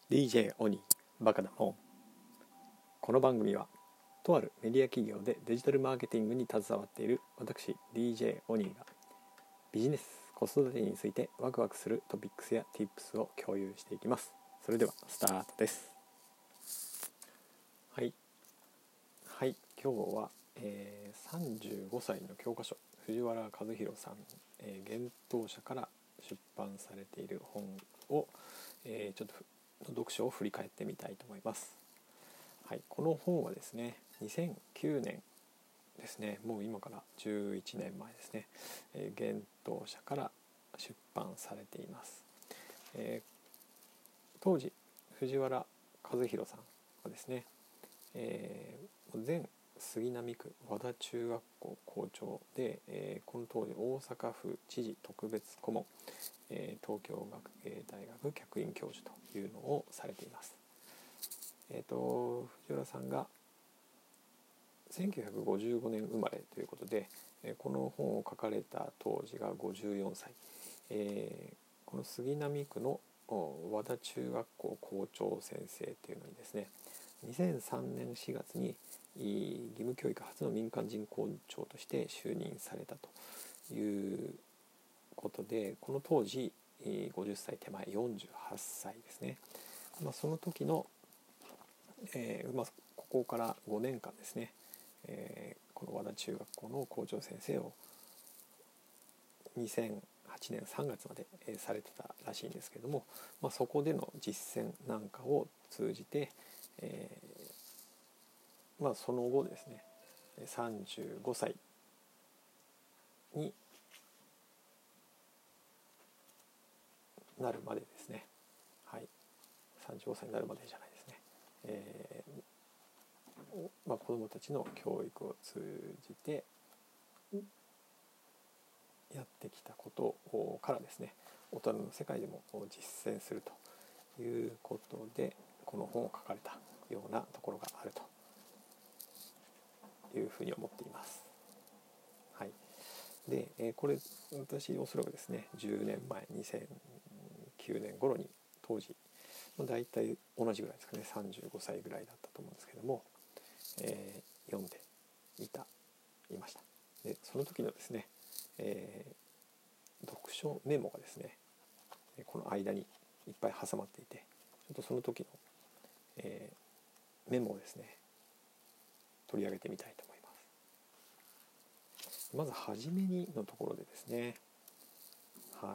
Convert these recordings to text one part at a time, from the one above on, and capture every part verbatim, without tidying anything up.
ディージェー オニーバカだもん。この番組はとあるメディア企業でデジタルマーケティングに携わっている私 ディージェー オニーがビジネス子育てについてワクワクするトピックスや Tips を共有していきます。それではスタートです。はいはい、今日は、えー、さんじゅうごさいの教科書藤原和弘さん、えー、幻冬舎から出版されている本を、えー、ちょっと読書を振り返ってみたいと思います。はい、この本はですねにせんきゅうねんですね、もう今からじゅういちねんまえですね、えー、幻冬舎から出版されています。えー、当時藤原和弘さんはですね、えー、前杉並区和田中学校校長で、えー、この当時大阪府知事特別顧問、えー、東京学芸大学客員教授というのをされています。えーと、藤原さんがせんきゅうひゃくごじゅうごねん生まれということで、えー、この本を書かれた当時がごじゅうよんさい、えー、この杉並区の和田中学校校長先生というのにですねにせんさんねんしがつに義務教育初の民間人校長として就任されたということで、この当時ごじゅっさい手前よんじゅうはっさいですね。まあ、その時の、えーまあ、ここからごねんかんですね、えー、この和田中学校の校長先生をにせんはちねんさんがつまでされてたらしいんですけれども、まあ、そこでの実践なんかを通じて、えーまあ、その後ですねさんじゅうごさいになるまでですね、はい、さんじゅうごさいになるまでじゃないですね、えーまあ、子どもたちの教育を通じてやってきたことからですね大人の世界でも実践するということでこの本を書かれたようなところがあるというふうに思っています。はい、で、えー、これ私おそらくですねじゅうねんまえにせんきゅうねん頃に当時だいたい同じぐらいですかねさんじゅうごさいぐらいだったと思うんですけども、えー、読んでいたいました。でその時のですね、えー、読書メモがですねこの間にいっぱい挟まっていてちょっとその時の、えー、メモをですね取り上げてみたいと思います。まずはじめにのところでですね、はい、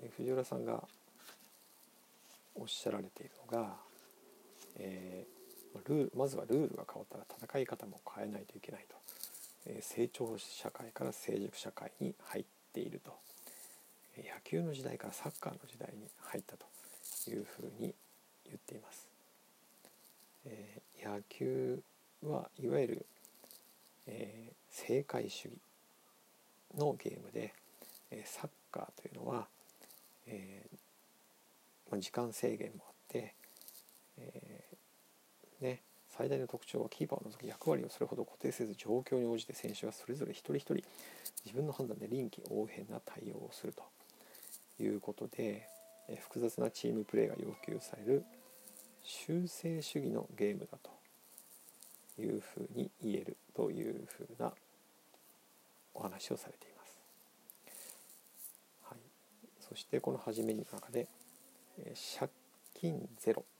藤原さんがおっしゃられているのが、えー、ルールまずはルールが変わったら戦い方も変えないといけないと、えー、成長社会から成熟社会に入っていると、野球の時代からサッカーの時代に入ったというふうに言っています。えー、野球はいわゆる、えー、正解主義のゲームで、えー、サッカーというのは、えーまあ、時間制限もあって、えーね、最大の特徴はキーパーを除く役割をそれほど固定せず状況に応じて選手がそれぞれ一人一人自分の判断で臨機応変な対応をするということで、えー、複雑なチームプレーが要求される修正主義のゲームだというふうに言えるというふうなお話をされています。はい、そしてこの初めの中で、えー、借金ゼロ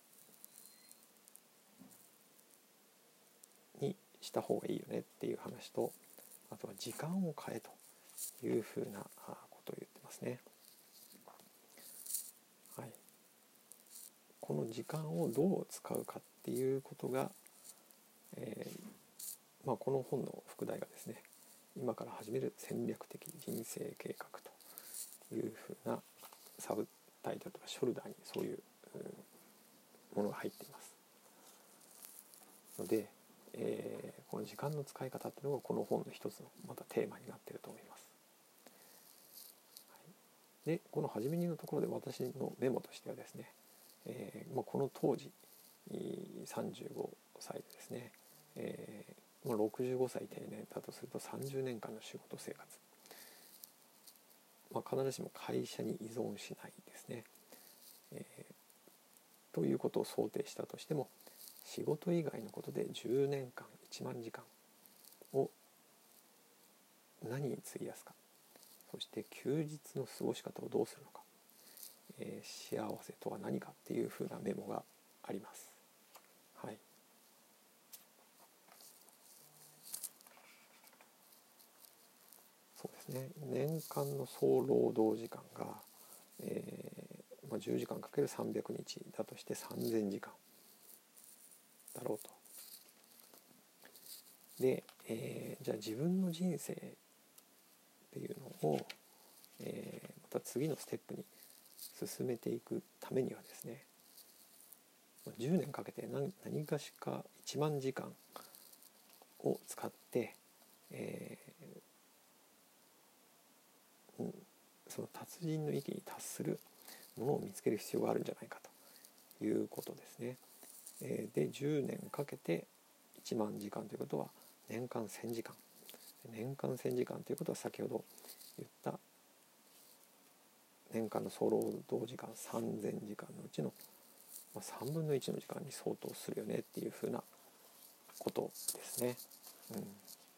にした方がいいよねっていう話と、あとは時間を変えというふうなことを言ってますね。はい、この時間をどう使うかっていうことが、えーまあ、この本の副題がですね今から始める戦略的人生計画というふうなサブタイトルとかショルダーにそういうものが入っていますので、えー、この時間の使い方っていうのがこの本の一つのまたテーマになっていると思います。はい、でこの初めにのところで私のメモとしてはですね、えーまあ、この当時さんじゅうごさいでですね、えーまあ、ろくじゅうごさい定年だとするとさんじゅうねんかんの仕事生活、まあ、必ずしも会社に依存しないですね、えー、 ということを想定したとしても、仕事以外のことでじゅうねんかんいちまんじかんを何に費やすか、そして休日の過ごし方をどうするのか、えー、幸せとは何かっていうふうなメモがあります。はい。そうですね。年間の総労働時間が、えーまあ、じゅうじかんかけるさんびゃくにちだとしてさんぜんじかんだろうと。で、えー、じゃあ自分の人生っていうのを、えー、また次のステップに進めていくためにはですね、じゅうねんかけて 何, 何かしかいちまんじかんを使って、えーうん、その達人の域に達するものを見つける必要があるんじゃないかということですね。えー、でじゅうねんかけていちまんじかんということは年間せんじかん、年間せんじかんということは先ほど言った年間の総労働時間さんぜんじかんのうちのさんぶんのいちの時間に相当するよねっていうふうなことですね。うん、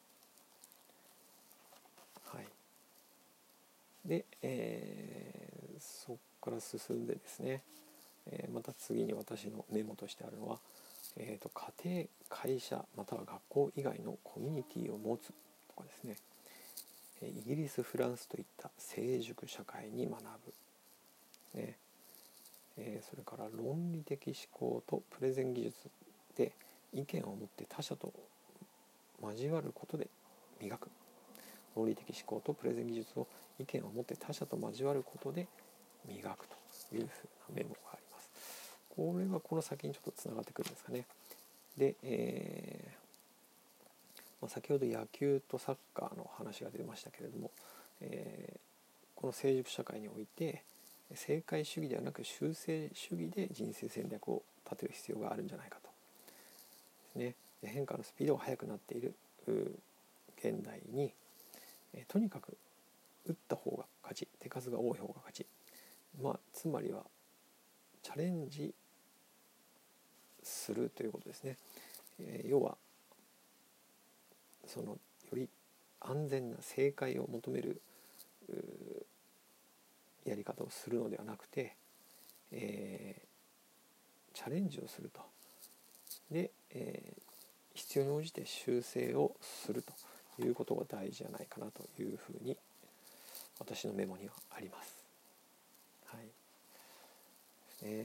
はい。で、えー、そこから進んでですね、えー、また次に私のメモとしてあるのは、えーと、家庭、会社または学校以外のコミュニティを持つとかですね、イギリス、フランスといった成熟社会に学ぶ、ねえー、それから論理的思考とプレゼン技術で意見を持って他者と交わることで磨く。論理的思考とプレゼン技術を意見を持って他者と交わることで磨くというふうなメモがあります。これがこの先にちょっとつながってくるんですかね。で、えーまあ、先ほど野球とサッカーの話が出ましたけれども、えー、この成熟社会において正解主義ではなく修正主義で人生戦略を立てる必要があるんじゃないかとですね。変化のスピードが速くなっている現代に、えー、とにかく打った方が勝ち、手数が多い方が勝ち、まあ、つまりはチャレンジするということですね。えー、要はそのより安全な正解を求めるやり方をするのではなくて、えー、チャレンジをすると。で、えー、必要に応じて修正をするということが大事じゃないかなというふうに私のメモにはあります。はい。ね、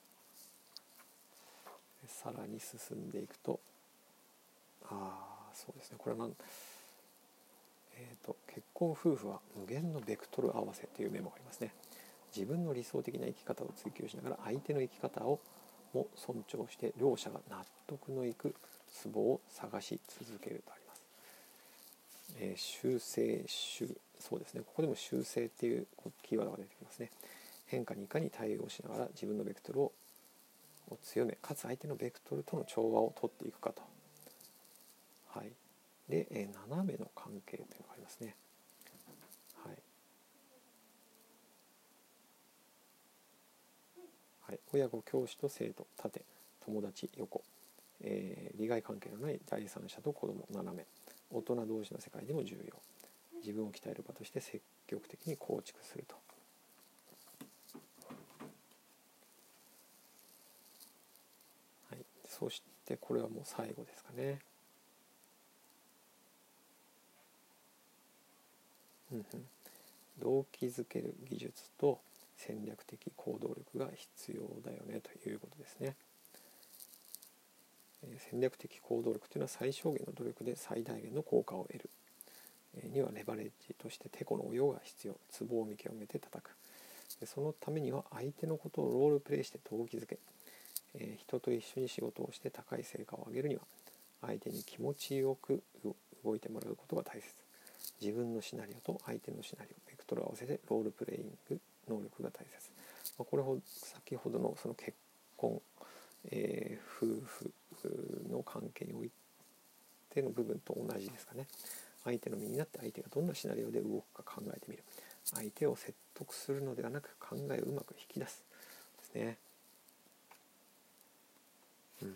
さらに進んでいくと、ああ、そうですね。これは何えーと、結婚夫婦は無限のベクトル合わせというメモがありますね。自分の理想的な生き方を追求しながら相手の生き方をも尊重して両者が納得のいくツボを探し続けるとあります。えー、修正主義、そうですね。ここでも修正っていうキーワードが出てきますね。変化にいかに対応しながら自分のベクトルを強め、かつ相手のベクトルとの調和をとっていくかと。はい。で、えー、斜めの関係というのがありますね。はい。はい、親子、教師と生徒、縦、友達、横、えー、利害関係のない第三者と子供、斜め、大人同士の世界でも重要。自分を鍛える場として積極的に構築すると。はい、そしてこれはもう最後ですかね。うんうん、動機づける技術と戦略的行動力が必要だよねということですね。戦略的行動力というのは最小限の努力で最大限の効果を得るにはレバレッジとしてテコの応用が必要。ツボを見極めて叩く。そのためには相手のことをロールプレイして動機づけ、えー、人と一緒に仕事をして高い成果を上げるには相手に気持ちよく動いてもらうことが大切。自分のシナリオと相手のシナリオ、ベクトルを合わせてロールプレイング能力が大切。まあ、これほど先ほどのその結婚、えー、夫婦の関係においての部分と同じですかね。相手の身になって相手がどんなシナリオで動くか考えてみる。相手を説得するのではなく考えをうまく引き出すですね。 うん、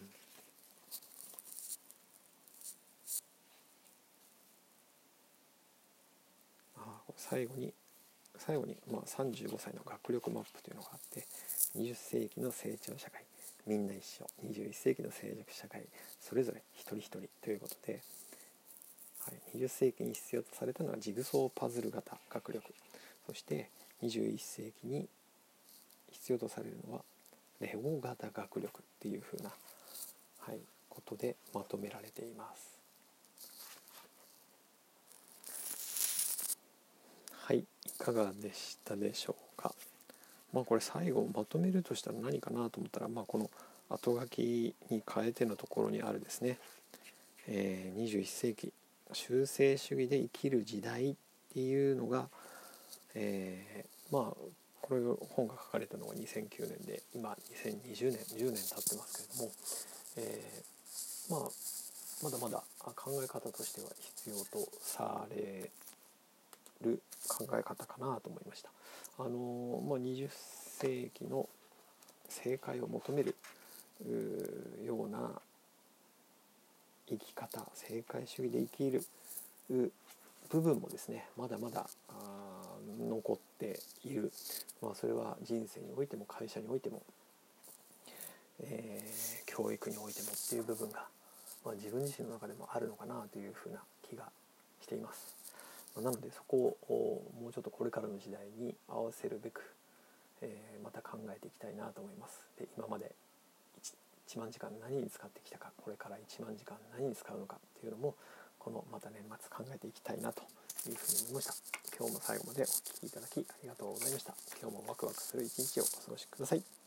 あ最後に最後に、まあ、さんじゅうごさいの学力マップというのがあって、にじゅっせいきの成長社会、みんな一緒、にじゅういっせいきの成熟社会、それぞれ一人一人ということで、はい、にじゅっせいきに必要とされたのはジグソーパズル型学力、そしてにじゅういっせいきに必要とされるのはレゴ型学力っていう風な、はい、ことでまとめられています。はい、いかがでしたでしょうか。まあこれ最後まとめるとしたら何かなと思ったら、まあ、この後書きに変えてのところにあるですね、えー、にじゅういっせいき修正主義で生きる時代っていうのが、えー、まあこれ本が書かれたのがにせんきゅうねんで、今にせんにじゅうねんじゅうねん経ってますけれども、えー、まあまだまだ考え方としては必要とされる考え方かなと思いました。あのまあ、にじゅっせいきの正解を求めるような生き方、正解主義で生きる部分もですね、まだまだ残っている、まあ、それは人生においても会社においても、えー、教育においてもっていう部分が、まあ、自分自身の中でもあるのかなというふうな気がしています。なのでそこをもうちょっとこれからの時代に合わせるべく、えー、また考えていきたいなと思います。で、今まで 1, いちまんじかん何に使ってきたか、これからいちまんじかん何に使うのかっていうのも、このまた年末考えていきたいなというふうに思いました。今日も最後までお聞きいただきありがとうございました。今日もワクワクする一日をお過ごしください。